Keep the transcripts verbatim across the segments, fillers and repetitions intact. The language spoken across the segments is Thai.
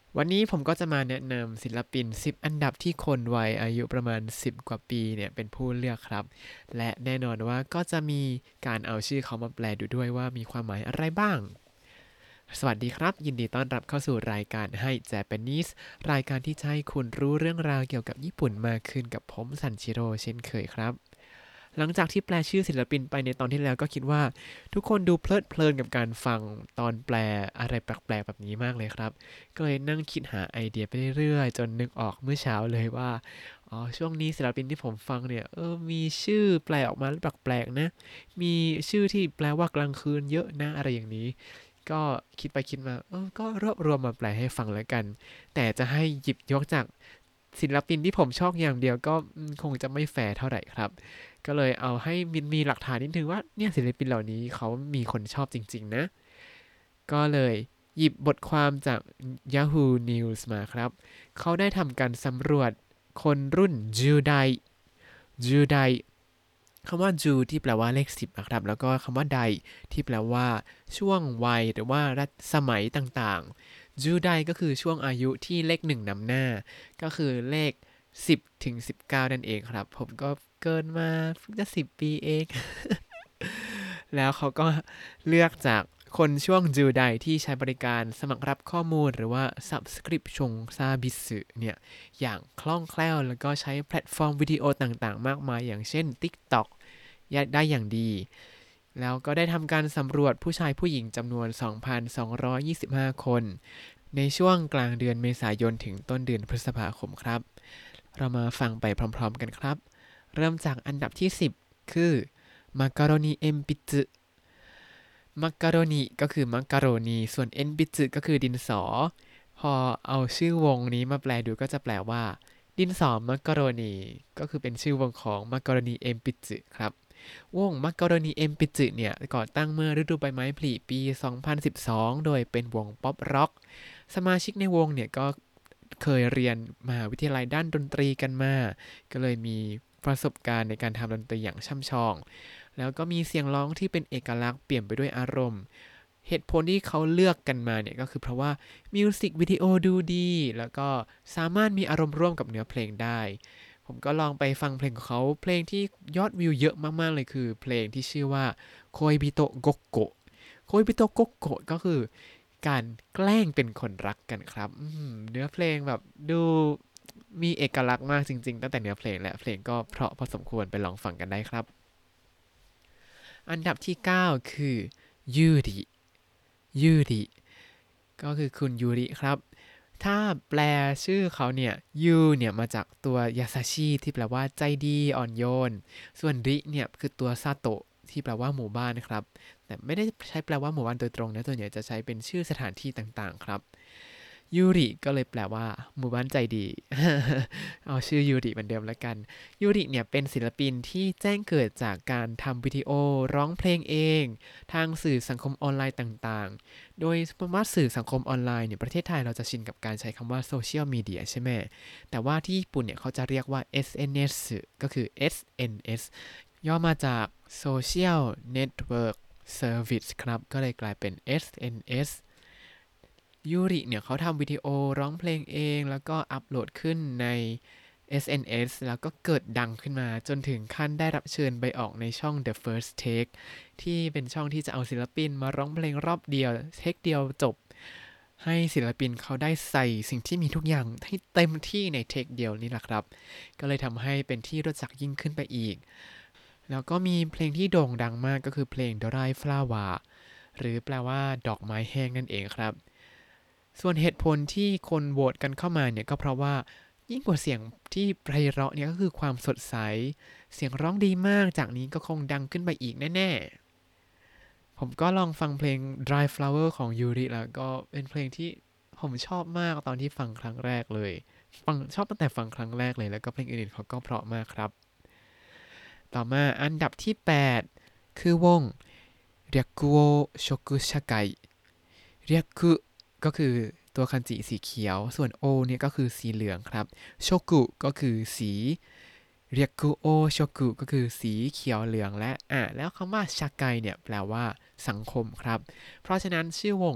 วันนี้ผมก็จะมาแนะนำศิลปินสิบอันดับที่คนวัยอายุประมาณสิบกว่าปีเนี่ยเป็นผู้เลือกครับและแน่นอนว่าก็จะมีการเอาชื่อเขามาแปลดูด้วยว่ามีความหมายอะไรบ้างสวัสดีครับยินดีต้อนรับเข้าสู่รายการให้ Japanese รายการที่จะให้คุณรู้เรื่องราวเกี่ยวกับญี่ปุ่นมากขึ้นกับผมซันชิโร่เช่นเคยครับหลังจากที่แปลชื่อศิลปินไปในตอนที่แล้วก็คิดว่าทุกคนดูเพลิดเพลินกับการฟังตอนแปลอะไรแปลกๆแบบนี้มากเลยครับก็เลยนั่งคิดหาไอเดียไปเรื่อยๆจนนึกออกเมื่อเช้าเลยว่าอ๋อช่วงนี้ศิลปินที่ผมฟังเนี่ยเออมีชื่อแปลออกมาแปลกๆนะมีชื่อที่แปลว่ากลางคืนเยอะนะอะไรอย่างนี้ก็คิดไปคิดมาเออก็รวบรวมมาแปลให้ฟังแล้วกันแต่จะให้หยิบยกจากศิลปินที่ผมชอบอย่างเดียวก็คงจะไม่แฟร์เท่าไหร่ครับก็เลยเอาให้มีมีหลักฐานนิดนึงว่าเนี่ยศิลปินเหล่านี้เขามีคนชอบจริงๆนะก็เลยหยิบบทความจาก Yahoo News มาครับเขาได้ทำการสำรวจคนรุ่นจูไดจูไดคำว่าจูที่แปลว่าเลขสิบนะครับแล้วก็คำว่าไดที่แปลว่าช่วงวัยหรือว่ารัชสมัยต่างๆจูไดก็คือช่วงอายุที่เลขหนึ่งนำหน้าก็คือเลขสิบถึงสิบเก้านั่นเองครับผมก็เกินมาเพิ่งจะสิบปีเอง แล้วเขาก็เลือกจากคนช่วงจูไดที่ใช้บริการสมัครรับข้อมูลหรือว่า Subscription Service เนี่ยอย่างคล่องแคล่วแล้วก็ใช้แพลตฟอร์มวิดีโอต่างๆมากมายอย่างเช่น TikTok ได้อย่างดีแล้วก็ได้ทำการสำรวจผู้ชายผู้หญิงจำนวน สองพันสองร้อยยี่สิบห้า คนในช่วงกลางเดือนเมษายนถึงต้นเดือนพฤษภาคมครับเรามาฟังไปพร้อมๆกันครับเริ่มจากอันดับที่สิบคือมาการโนีเอมปิ มักกะโรนีก็คือมักกะโรนีส่วนเอ็นบิจึก็คือดินสอพอเอาชื่อวงนี้มาแปลดูก็จะแปลว่าดินสอมักกะโรนีก็คือเป็นชื่อวงของมักกะโรนีเอ็มปิจึครับวงมักกะโรนีเอ็มปิจึเนี่ยก่อตั้งเมื่อฤดูใบไม้ผลิปีสองพันสิบสองโดยเป็นวงป๊อปร็อกสมาชิกในวงเนี่ยก็เคยเรียนมหาวิทยาลัยด้านดนตรีกันมาก็เลยมีประสบการณ์ในการทำดนตรีอย่างช่ำชอง แล้วก็มีเสียงร้องที่เป็นเอกลักษณ์เปลี่ยนไปด้วยอารมณ์เหตุผลที่เขาเลือกกันมาเนี่ยก็คือเพราะว่ามิวสิกวิดีโอดูดีแล้วก็สามารถมีอารมณ์ร่วมกับเนื้อเพลงได้ผมก็ลองไปฟังเพลงของเขาเพลงที่ยอดวิวเยอะมากๆเลยคือเพลงที่ชื่อว่าโคยบิโตะโกโกะโคยบิโตะโกโกะก็คือการแกล้งเป็นคนรักกันครับเนื้อเพลงแบบดูมีเอกลักษณ์มากจริงๆตั้งแต่เนื้อเพลงและเพลงก็เพราะพอสมควรไปลองฟังกันได้ครับ อันดับที่เก้าคือยูริยูริก็คือคุณยูริครับถ้าแปลชื่อเขาเนี่ยยูเนี่ยมาจากตัวยาซาชิที่แปลว่าใจดีอ่อนโยนส่วนริเนี่ยคือตัวซาโตะที่แปลว่าหมู่บ้านครับแต่ไม่ได้ใช้แปลว่าหมู่บ้านโดยตรงนะส่วนใหญ่จะใช้เป็นชื่อสถานที่ต่างๆครับ ยูริก็เลยแปลว่าหมู่บ้านใจดีเอาชื่อยูริเหมือนเดิมแล้วกันยูริเนี่ยเป็นศิลปินที่แจ้งเกิดจากการทำวิดีโอร้องเพลงเองทางสื่อสังคมออนไลน์ต่างๆ โดยสมมติสื่อสังคมออนไลน์เนี่ยประเทศไทยเราจะชินกับการใช้คำว่าโซเชียลมีเดียใช่ไหมแต่ว่าที่ญี่ปุ่นเนี่ยเขาจะเรียกว่า เอส เอ็น เอส ก็คือ เอส เอ็น เอส ย่อมาจาก Social Network Service ครับก็เลยกลายเป็น เอส เอ็น เอสยูริเนี่ยเขาทำวิดีโอร้องเพลงเองแล้วก็อัปโหลดขึ้นใน เอส เอ็น เอส แล้วก็เกิดดังขึ้นมาจนถึงขั้นได้รับเชิญไปออกในช่อง The First Take ที่เป็นช่องที่จะเอาศิลปินมาร้องเพลงรอบเดียวเทคเดียวจบให้ศิลปินเขาได้ใส่สิ่งที่มีทุกอย่างให้เต็มที่ในเทคเดียวนี่แหละครับก็เลยทำให้เป็นที่รู้จักยิ่งขึ้นไปอีกแล้วก็มีเพลงที่โด่งดังมากก็คือเพลง Dry Flower หรือแปลว่าดอกไม้แห้งนั่นเองครับ ส่วนเหตุผลที่คนโหวตกันเข้ามาเนี่ยก็เพราะว่ายิ่งกว่าเสียงที่ไพเราะเนี่ยก็คือความสดใสเสียงร้องดีมากจากนี้ก็คงดังขึ้นไปอีกแน่ๆผมก็ลองฟังเพลง Dry Flower ของยูริแล้วก็เป็นเพลงที่ผมชอบมากตอนที่ฟังครั้งแรกเลยฟังชอบตั้งแต่ฟังครั้งแรกเลยแล้วก็เพลงอื่นๆเขาก็เพราะมากครับต่อมาอันดับที่แปดคือวงเรียกกุโอชกุชากายเรียกกุก็คือ ตัวคันจิสีเขียว ส่วนโอเนี่ยก็คือสีเหลืองครับโชกุก็คือสีเรียกุโอโชกุก็คือสีเขียวเหลืองและอ่ะแล้วคำว่าชากายเนี่ยแปลว่าสังคมครับ เพราะฉะนั้นชื่อวง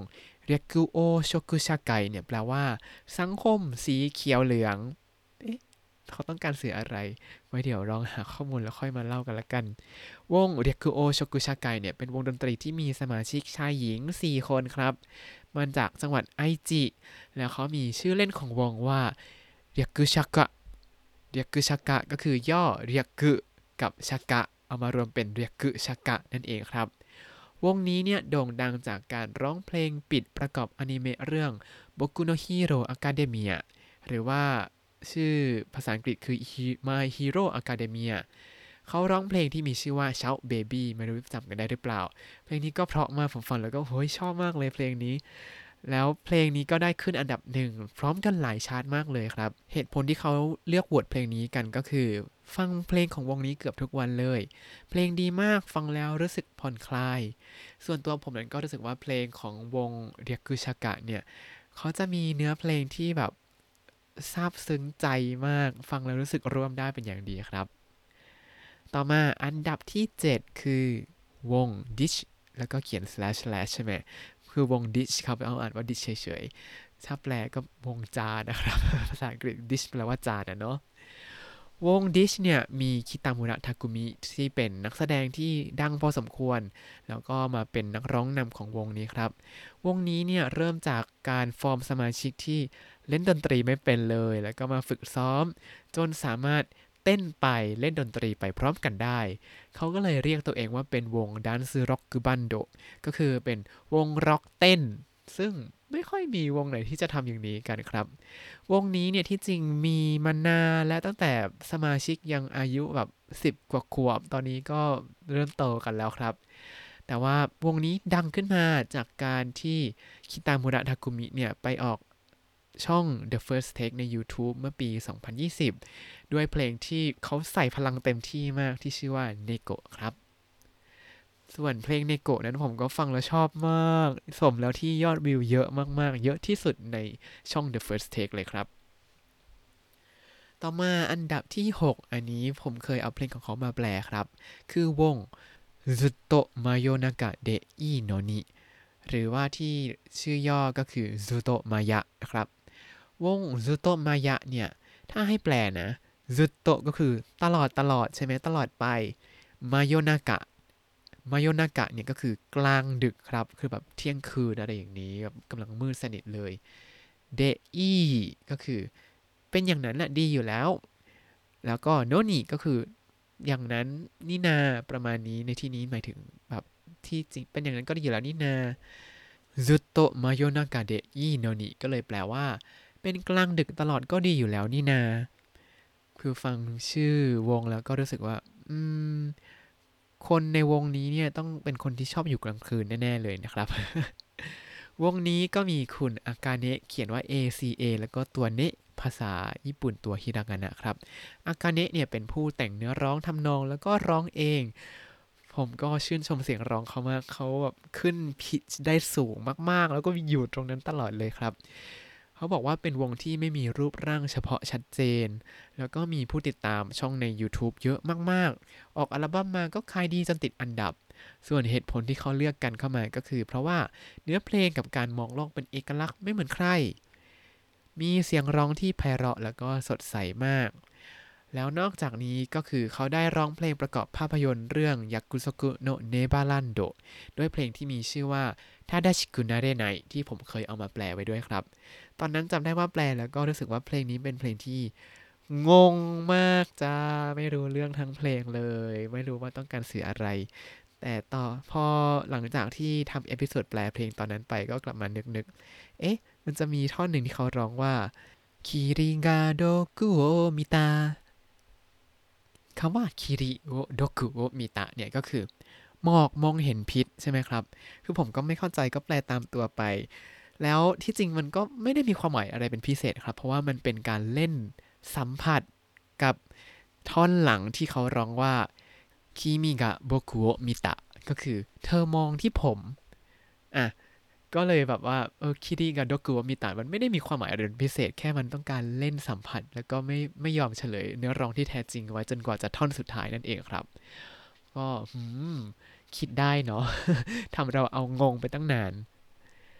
เรียกุโอโชกุชาไกเนี่ยแปลว่าสังคมสีเขียวเหลืองเอ๊ะเขาต้องการสื่ออะไรไว้เดี๋ยวลองหาข้อมูลแล้วค่อยมาเล่ากันละกันวงเรียกุโอโชกุชาไกเนี่ยเป็นวงดนตรีที่มีสมาชิกชายหญิงสี่คนครับมาจากจังหวัดไอจิแล้วเขามีชื่อเล่นของวงว่าเรียกุชากะเรียกุชากะก็คือย่อเรียกุกับชากะเอามารวมเป็นเรียกุชากะนั่นเองครับวงนี้เนี่ยโด่งดังจากการร้องเพลงปิดประกอบอนิเมะเรื่อง Boku no Hero Academia หรือว่าชื่อภาษาอังกฤษคือ My Hero Academia เขาร้องเพลงที่มีชื่อว่า Shout Baby ไม่รู้จำกันได้หรือเปล่าเพลงนี้ก็เพราะมากผมฟังแล้วก็โหยชอบมากเลยเพลงนี้แล้วเพลงนี้ก็ได้ขึ้นอันดับหนึ่งพร้อมกันหลายชาร์ตมากเลยครับเหตุผลที่เขาเลือกโหวตเพลงนี้กันก็คือฟังเพลงของวงนี้เกือบทุกวันเลยเพลงดีมากฟังแล้วรู้สึกผ่อนคลายส่วนตัวผมนั้นก็รู้สึกว่าเพลงของวงเรียกุชากะเนี่ยเขาจะมีเนื้อเพลงที่แบบซาบซึ้งใจมากฟังแล้วรู้สึกร่วมได้เป็นอย่างดีครับต่อมาอันดับที่เจ็ดคือวง Dish แล้วก็เขียน slash slash ใช่ไหมคือวง Dish ครับเอาอ่านว่า Dish เฉยๆถ้าแปลก็วงจานะครับภาษาอังกฤษ Dish แปลว่าจานนะเนาะวง Dish เนี่ยมีคิตามุระทากุมิที่เป็นนักแสดงที่ดังพอสมควรแล้วก็มาเป็นนักร้องนำของวงนี้ครับวงนี้เนี่ยเริ่มจากการฟอร์มสมาชิกที่เล่นดนตรีไม่เป็นเลยแล้วก็มาฝึกซ้อมจนสามารถเต้นไปเล่นดนตรีไปพร้อมกันได้เขาก็เลยเรียกตัวเองว่าเป็นวงดันซ์ร็อกกุบันโดก็คือเป็นวงร็อกเต้นซึ่งไม่ค่อยมีวงไหนที่จะทำอย่างนี้กันครับวงนี้เนี่ยที่จริงมีมานานและตั้งแต่สมาชิกยังอายุแบบสิบกว่าขวบตอนนี้ก็เริ่มโตกันแล้วครับแต่ว่าวงนี้ดังขึ้นมาจากการที่คิตามุระทากุมิเนี่ยไปออกช่อง The First Take ใน YouTube เมื่อปี สองพันยี่สิบ ด้วยเพลงที่เขาใส่พลังเต็มที่มากที่ชื่อว่าเนโกะครับส่วนเพลงเนโกะนั้นผมก็ฟังแล้วชอบมากสมแล้วที่ยอดวิวเยอะมากๆเยอะที่สุดในช่อง The First Take เลยครับต่อมาอันดับที่หกอันนี้ผมเคยเอาเพลงของเขามาแปลครับคือวง Zutto Mayonaka de Ii no ni หรือว่าที่ชื่อย่อก็คือ Zutto Maya นะครับวง Zutto Maya เนี่ยถ้าให้แปลนะซุโตะก็คือตลอดตลอดใช่ไหมตลอดไปมาโยนากะมาโยนากะเนี่ยก็คือกลางดึกครับคือแบบเที่ยงคืนอะไรอย่างนี้แบบกำลังมืดสนิทเลยเดอีก็คือเป็นอย่างนั้นแหละดีอยู่แล้วแล้วก็โนนิก็คืออย่างนั้นนี่นาประมาณนี้ในที่นี้หมายถึงแบบที่จริงเป็นอย่างนั้นก็ดีอยู่แล้วนี่นาซุโตะมาโยนากะเดอีโนนิก็เลยแปลว่าเป็นกลางดึกตลอดก็ดีอยู่แล้วนี่นาคือฟังชื่อวงแล้วก็รู้สึกว่าอืมคนในวงนี้เนี่ยต้องเป็นคนที่ชอบอยู่กลางคืนแน่ๆเลยนะครับ วงนี้ก็มีคุณอากาเนะเขียนว่า เอ ซี เอ แล้วก็ตัวเนะภาษาญี่ปุ่นตัวฮิรากานะครับอากาเนะเนี่ยเป็นผู้แต่งเนื้อร้องทำนองแล้วก็ร้องเองผมก็ชื่นชมเสียงร้องเขามากเขาแบบขึ้นพิชได้สูงมากๆแล้วก็อยู่ตรงนั้นตลอดเลยครับเขาบอกว่าเป็นวงที่ไม่มีรูปร่างเฉพาะชัดเจนแล้วก็มีผู้ติดตามช่องใน YouTube เยอะมากๆออกอัลบั้มมาก็ขายดีจนติดอันดับส่วนเหตุผลที่เขาเลือกกันเข้ามาก็คือเพราะว่าเนื้อเพลงกับการมองโลกเป็นเอกลักษณ์ไม่เหมือนใครมีเสียงร้องที่ไพเราะแล้วก็สดใสมากแล้วนอกจากนี้ก็คือเขาได้ร้องเพลงประกอบภาพยนตร์เรื่องยักกุโซกุโนะเนบารันโดด้วยเพลงที่มีชื่อว่าทาดาชิกุนาเรไนที่ผมเคยเอามาแปลไว้ด้วยครับตอนนั้นจำได้ว่าแปลแล้วก็รู้สึกว่าเพลงนี้เป็นเพลงที่งงมากจ้าไม่รู้เรื่องทั้งเพลงเลยไม่รู้ว่าต้องการสื่ออะไรแต่ต่อพอหลังจากที่ทำเอพิโซดแปลเพลงตอนนั้นไปก็กลับมานึกๆเอ๊ะมันจะมีท่อนหนึ่งที่เขาร้องว่าคิริกาโดกุโอมิตาคำว่าคิริโอโดกุโอมิตะเนี่ยก็คือหมอกมองเห็นพิษใช่ไหมครับคือผมก็ไม่เข้าใจก็แปลตามตัวไปแล้วที่จริงมันก็ไม่ได้มีความหมายอะไรเป็นพิเศษครับเพราะว่ามันเป็นการเล่นสัมผัสกับท่อนหลังที่เขาร้องว่าคิมิกะโบกุโอมิตะก็คือเธอมองที่ผมอ่ะก็เลยแบบว่าเออคิริกะโดกุโอมิตะมันไม่ได้มีความหมายอะไรเป็นพิเศษแค่มันต้องการเล่นสัมผัสแล้วก็ไม่ไม่ยอมเฉลยเนื้อร้องที่แท้จริงไว้จนกว่าจะท่อนสุดท้ายนั่นเองครับก็หืมคิดได้เนาะทำเราเอางงไปตั้งนาน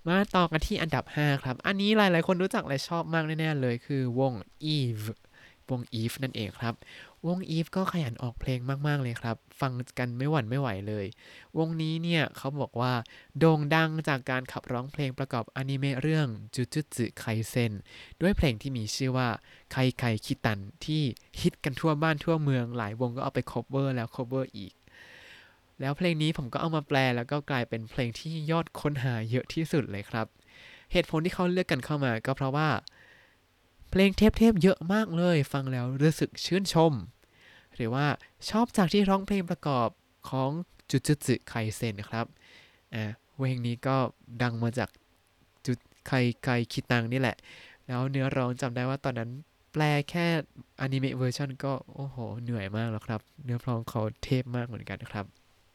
มาต่อกันที่อันดับห้าครับอันนี้หลายๆคนรู้จักและชอบมากแน่ๆเลยคือวง Eve วง Eve นั่นเองครับวง Eve ก็ขยันออกเพลงมากๆเลยครับฟังกันไม่หวั่นไม่ไหวเลยวงนี้เนี่ยเขาบอกว่าโด่งดังจากการขับร้องเพลงประกอบอนิเมะเรื่องจูจูตสึไคเซ็นด้วยเพลงที่มีชื่อว่าไคไคคิตันที่ฮิตกันทั่วบ้านทั่วเมืองหลายวงก็เอาไป cover แล้ว cover อีกแล้วเพลงนี้ผมก็เอามาแปลแล้วก็กลายเป็นเพลงที่ยอดค้นหาเยอะที่สุดเลยครับเหตุผลที่เขาเลือกกันเข้ามาก็เพราะว่าเพลงเทพๆเยอะมากเลยฟังแล้วรู้สึกชื่นชมหรือว่าชอบจากที่ร้องเพลงประกอบของจูจูตสึไคเซ็นครับอ่าเพลงนี้ก็ดังมาจากจุดไคไคคิตังนี่แหละแล้วเนื้อร้องจำได้ว่าตอนนั้นแปลแค่อนิเมะเวอร์ชันก็โอ้โหเหนื่อยมากแล้วครับเนื้อร้องเขาเทพมากเหมือนกันครับ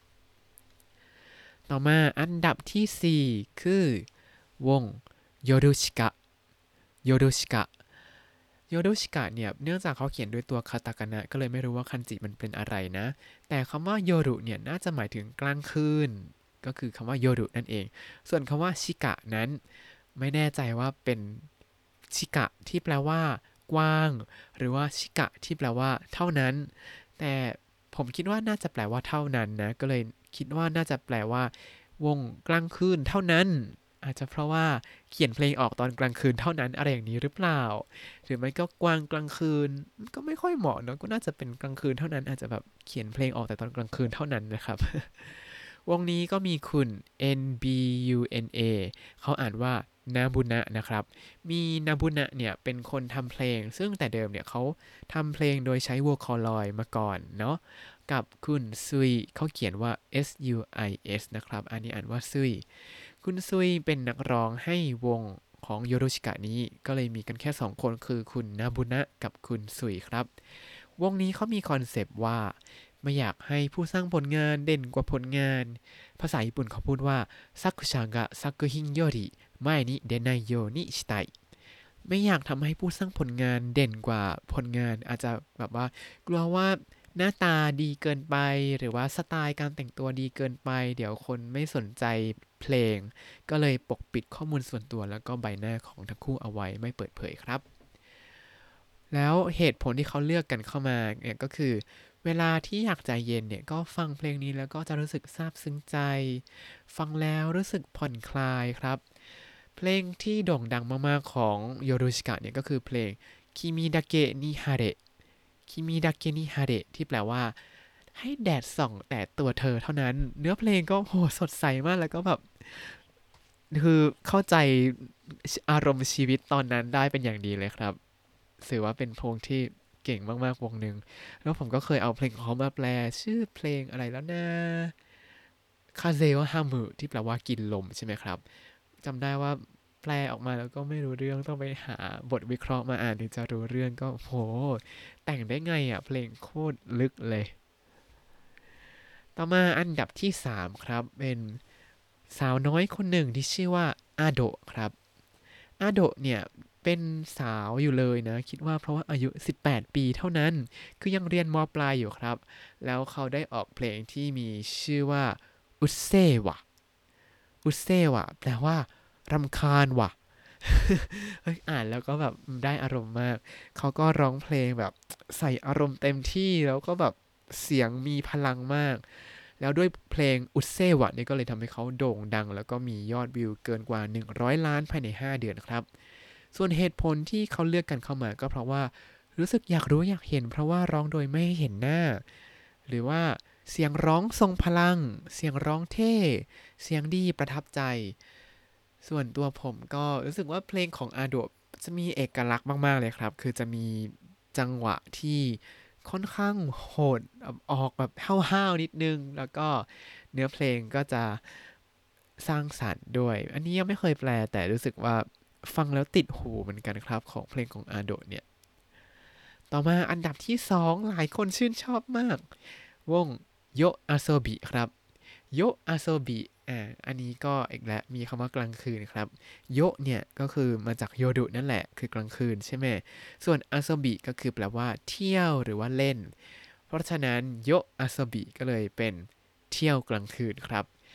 ต่อมาอันดับที่สี่คือวงโยรุชิกะโยรุชิกะโยรุชิกะเนี่ยเนื่องจากเขาเขียนด้วยตัวคาตาคานะก็เลยไม่รู้ว่าคันจิมันเป็นอะไรนะแต่คำว่าโยรุเนี่ยน่าจะหมายถึงกลางคืนก็คือคำว่าโยรุนั่นเองส่วนคำว่าชิกะนั้นไม่แน่ใจว่าเป็นชิกะที่แปลว่ากว้างหรือว่าชิกะที่แปลว่าเท่านั้นแต่ผมคิดว่าน่าจะแปลว่าเท่านั้นนะก็เลยคิดว่าน่าจะแปลว่า วงกลางคืนเท่านั้นอาจจะเพราะว่าเขียนเพลงออกตอนกลางคืนเท่านั้นอะไรอย่างนี้หรือเปล่าหรือไม่ก็กวางกลางคืนก็ไม่ค่อยเหมาะเนอะก็น่าจะเป็นกลางคืนเท่านั้นอาจจะแบบเขียนเพลงออกแต่ตอนกลางคืนเท่านั้นนะครับวงนี้ก็มีคุณ เอ็น บี ยู เอ็น เอ เขาอ่านว่านาบุนะนะครับมีนาบุนะเนี่ยเป็นคนทำเพลงซึ่งแต่เดิมเนี่ยเขาทำเพลงโดยใช้วอลคอลอยมาก่อนเนาะ กับคุณซุยเขาเขียนว่า เอส ยู ไอ เอส นะครับอันนี้อ่านว่าซุยคุณซุยเป็นนักร้องให้วงของโยโรชิกะนี้ก็เลยมีกันแค่สองคนคือคุณนาบุนะกับคุณซุยครับวงนี้เขามีคอนเซปต์ว่าไม่อยากให้ผู้สร้างผลงานเด่นกว่าผลงานภาษาญี่ปุ่นเขาพูดว่าซักุชากะซักุฮินโยริไม่นิเดนายโยนิชิไตไม่อยากทำให้ผู้สร้างผลงานเด่นกว่าผลงานอาจจะแบบว่ากลัวว่า หน้าตาดีเกินไปหรือว่าสไตล์การแต่งตัวดีเกินไปเดี๋ยวคนไม่สนใจเพลงก็เลยปกปิดข้อมูลส่วนตัวแล้วก็ใบหน้าของทั้งคู่เอาไว้ไม่เปิดเผยครับแล้วเหตุผลที่เขาเลือกกันเข้ามาเนี่ยก็คือเวลาที่อยากใจเย็นเนี่ยก็ฟังเพลงนี้แล้วก็จะรู้สึกซาบซึ้งใจฟังแล้วรู้สึกผ่อนคลายครับเพลงที่โด่งดังมากๆของโยรุชิกะเนี่ยก็คือเพลงคิมิดาเกะนิฮาเระคิมิดาเกะนิฮาเระที่แปลว่า ให้แดดส่องแต่ตัวเธอเท่านั้นเนื้อเพลงก็โหสดใสมากแล้วก็แบบคือเข้าใจอารมณ์ชีวิตตอนนั้นได้เป็นอย่างดีเลยครับถือว่าเป็นวงที่เก่งมากๆวงหนึ่งแล้วผมก็เคยเอาเพลงของเขามาแปลชื่อเพลงอะไรแล้วนะคาเซโอฮามุที่แปลว่ากินลมใช่ไหมครับจำได้ว่าแปลออกมาแล้วก็ไม่รู้เรื่องต้องไปหาบทวิเคราะห์มาอ่านถึงจะรู้เรื่องก็โหแต่งได้ไงอ่ะเพลงโคตรลึกเลย ต่อมาอันดับที่สามครับเป็นสาวน้อยคนหนึ่งที่ชื่อว่าอาโดะครับอาโดะเนี่ยเป็นสาวอยู่เลยนะคิดว่าเพราะว่าอายุสิบแปดปีเท่านั้นคือยังเรียนมปลายอยู่ครับแล้วเขาได้ออกเพลงที่มีชื่อว่าอุเซวะอุเซวะแปลว่ารำคาญว่ะเฮ้ยอ่านแล้วก็แบบได้อารมณ์มากเขาก็ร้องเพลงแบบใส่อารมณ์เต็มที่แล้วก็แบบเสียงมีพลังมาก แล้วด้วยเพลงอุเซวะนี่ก็เลยทำให้เขาโด่งดังแล้วก็มียอดวิวเกินกว่าหนึ่งร้อยล้านภายในห้าเดือนครับส่วนเหตุผลที่เขาเลือกกันเข้ามาก็เพราะว่ารู้สึกอยากรู้อยากเห็นเพราะว่าร้องโดยไม่เห็นหน้าหรือว่าเสียงร้องทรงพลังเสียงร้องเท่เสียงดีประทับใจส่วนตัวผมก็รู้สึกว่าเพลงของอาโดะจะมีเอกลักษณ์มากๆเลยครับคือจะมีจังหวะที่ค่อนข้างโหดออกแบบห้าวๆนิดนึงแล้วก็เนื้อเพลงก็จะสร้างสรรค์ด้วยอันนี้ยังไม่เคยแปลแต่รู้สึกว่าฟังแล้วติดหูเหมือนกันครับของเพลงของอาโดะเนี่ยต่อมาอันดับที่สองหลายคนชื่นชอบมากวงโยอาโซบิครับ โยอาโซบิอ่าอันนี้ก็อีกแล้วมีคำว่ากลางคืนครับโยเนี่ยก็คือมาจากโยดุนั่นแหละคือกลางคืนใช่ไหมส่วนอาโซบิก็คือแปลว่าเที่ยวหรือว่าเล่นเพราะฉะนั้นโยอาโซบิก็เลยเป็นเที่ยวกลางคืนครับ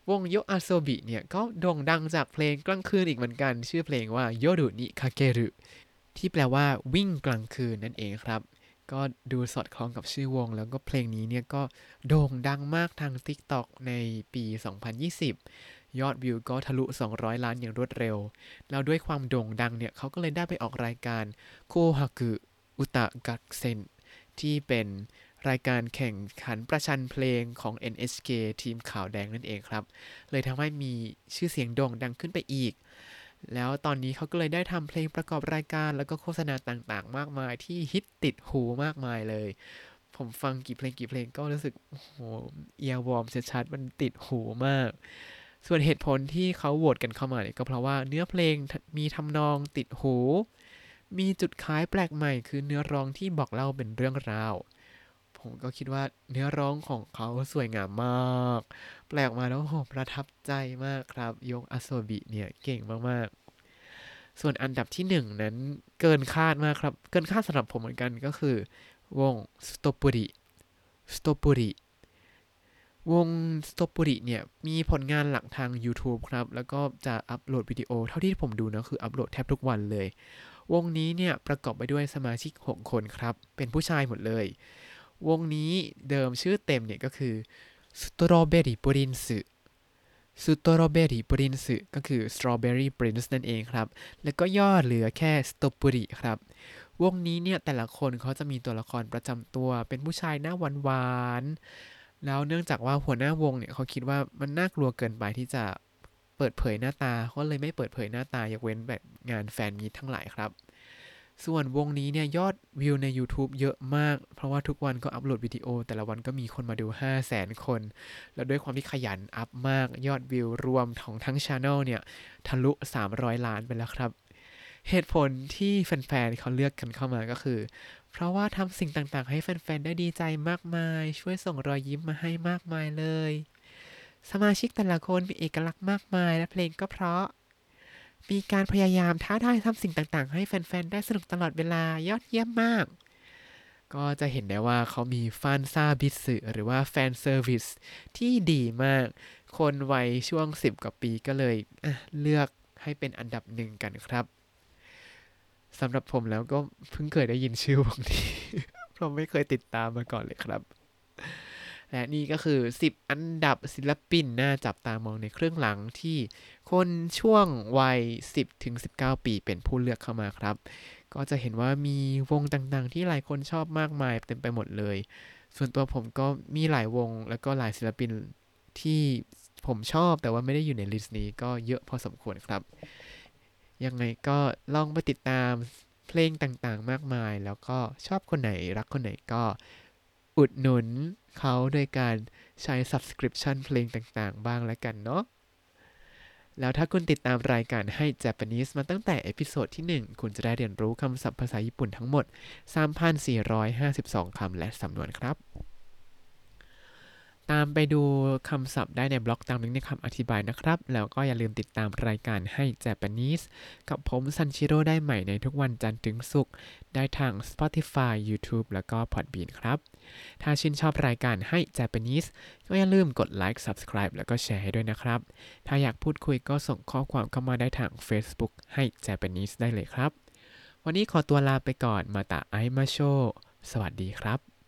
วงโยอาโซบิเนี่ยก็โด่งดังจากเพลงกลางคืนอีกเหมือนกันชื่อเพลงว่าโยรุนิคาเกรุที่แปลว่าวิ่งกลางคืนนั่นเองครับก็ดูสอดคล้องกับชื่อวงแล้วก็เพลงนี้เนี่ยก็โด่งดังมากทาง TikTok ในปี สองพันยี่สิบ ยอดวิวก็ทะลุสองร้อยล้านอย่างรวดเร็วแล้วด้วยความโด่งดังเนี่ยเขาก็เลยได้ไปออกรายการโคฮากุอุตะกักเซ็นที่เป็นรายการแข่งขันประชันเพลงของ เอ็น เอช เค ทีมขาวแดงนั่นเองครับเลยทำให้มีชื่อเสียงโด่งดังขึ้นไปอีกแล้วตอนนี้เขาก็เลยได้ทำเพลงประกอบรายการแล้วก็โฆษณาต่างๆมากมายที่ฮิตติดหูมากมายเลยผมฟังกี่เพลงกี่เพลงก็รู้สึกโอ้โหเอียร์วอร์มชัดๆมันติดหูมากส่วนเหตุผลที่เขาโหวตกันเข้ามาเนี่ยก็เพราะว่าเนื้อเพลงมีทำนองติดหูมีจุดขายแปลกใหม่คือเนื้อร้องที่บอกเล่าเป็นเรื่องราวผมก็คิดว่าเนื้อร้องของเขาสวยงามมากแปลกมาแล้วโหประทับใจมากครับยงอาโซบิเนี่ยเก่งมากๆส่วนอันดับที่หนึ่งนั้นเกินคาดมากครับเกินคาดสำหรับผมเหมือนกันก็คือวงสโตปุริสโตปุริวงสโตปุริเนี่ยมีผลงานหลักทาง YouTube ครับแล้วก็จะอัปโหลดวิดีโอเท่าที่ผมดูนะคืออัปโหลดแทบทุกวันเลยวงนี้เนี่ยประกอบไปด้วยสมาชิกหกคนครับเป็นผู้ชายหมดเลยวงนี้เดิมชื่อเต็มเนี่ยก็คือ Strawberry Prince Strawberry Prince ก็คือ Strawberry Prince นั่นเองครับแล้วก็ย่อเหลือแค่ Stopuri ครับวงนี้เนี่ยแต่ละคนเขาจะมีตัวละครประจำตัวเป็นผู้ชายหน้าหวานๆแล้วเนื่องจากว่าหัวหน้าวงเนี่ยเขาคิดว่ามันน่ากลัวเกินไปที่จะเปิดเผยหน้าตาเขาเลยไม่เปิดเผยหน้าตายกเว้นแบบงานแฟนมีตทั้งหลายครับส่วนวงนี้เนี่ยยอดวิวใน YouTube เยอะมากเพราะว่าทุกวันก็อัปโหลดวิดีโอแต่ละวันก็มีคนมาดู ห้าแสน คนแล้วด้วยความที่ขยันอัพมากยอดวิวรวมของทั้ง Channel เนี่ยทะลุสามร้อยล้านไปแล้วครับเหตุผลที่แฟนๆเขาเลือกกันเข้ามาก็คือเพราะว่าทำสิ่งต่างๆให้แฟนๆได้ดีใจมากมายช่วยส่งรอยยิ้มมาให้มากมายเลยสมาชิกแต่ละคนมีเอกลักษณ์มากมายและเพลงก็เพราะมีการพยายามท้าทายทำสิ่งต่างๆให้แฟนๆได้สนุกตลอดเวลายอดเยี่ยมมากก็จะเห็นได้ว่าเขามีฟานซาบิสึหรือว่าแฟนเซอร์วิสที่ดีมากคนวัยช่วงสิบกว่าปีก็เลยเลือกให้เป็นอันดับหนึ่งกันครับสำหรับผมแล้วก็เพิ่งเคยได้ยินชื่อวงนี้ เพราะไม่เคยติดตามมาก่อนเลยครับและนี่ก็คือสิบอันดับศิลปินน่าจับตามองในครึ่งหลังที่คนช่วงวัย สิบถึงสิบเก้า ปีเป็นผู้เลือกเข้ามาครับก็จะเห็นว่ามีวงต่างๆที่หลายคนชอบมากมายเต็มไปหมดเลยส่วนตัวผมก็มีหลายวงแล้วก็หลายศิลปินที่ผมชอบแต่ว่าไม่ได้อยู่ในลิสต์นี้ก็เยอะพอสมควรครับยังไงก็ลองไปติดตามเพลงต่างๆมากมายแล้วก็ชอบคนไหนรักคนไหนก็อุดหนุนเขาโดยการใช้ Subscription เพลงต่างๆบ้างแล้วกันเนาะแล้วถ้าคุณติดตามรายการให้ Japanese มาตั้งแต่เอพิโซดที่หนึ่งคุณจะได้เรียนรู้คำศัพท์ภาษาญี่ปุ่นทั้งหมด สามพันสี่ร้อยห้าสิบสอง คำและสำนวนครับตามไปดูคำศัพท์ได้ในบล็อกตามลิงก์ในคำอธิบายนะครับแล้วก็อย่าลืมติดตามรายการให้ Japanese กับผมซันชิโร่ได้ใหม่ในทุกวันจันทร์ถึงศุกร์ได้ทาง Spotify YouTube แล้วก็ Podbean ครับถ้าชื่นชอบรายการให้ Japanese ก็อย่าลืมกดไลค์ Subscribe แล้วก็แชร์ให้ด้วยนะครับถ้าอยากพูดคุยก็ส่งข้อความเข้ามาได้ทาง Facebook ให้ Japanese ได้เลยครับวันนี้ขอตัวลาไปก่อนมาตาไอมาโชสวัสดีครับ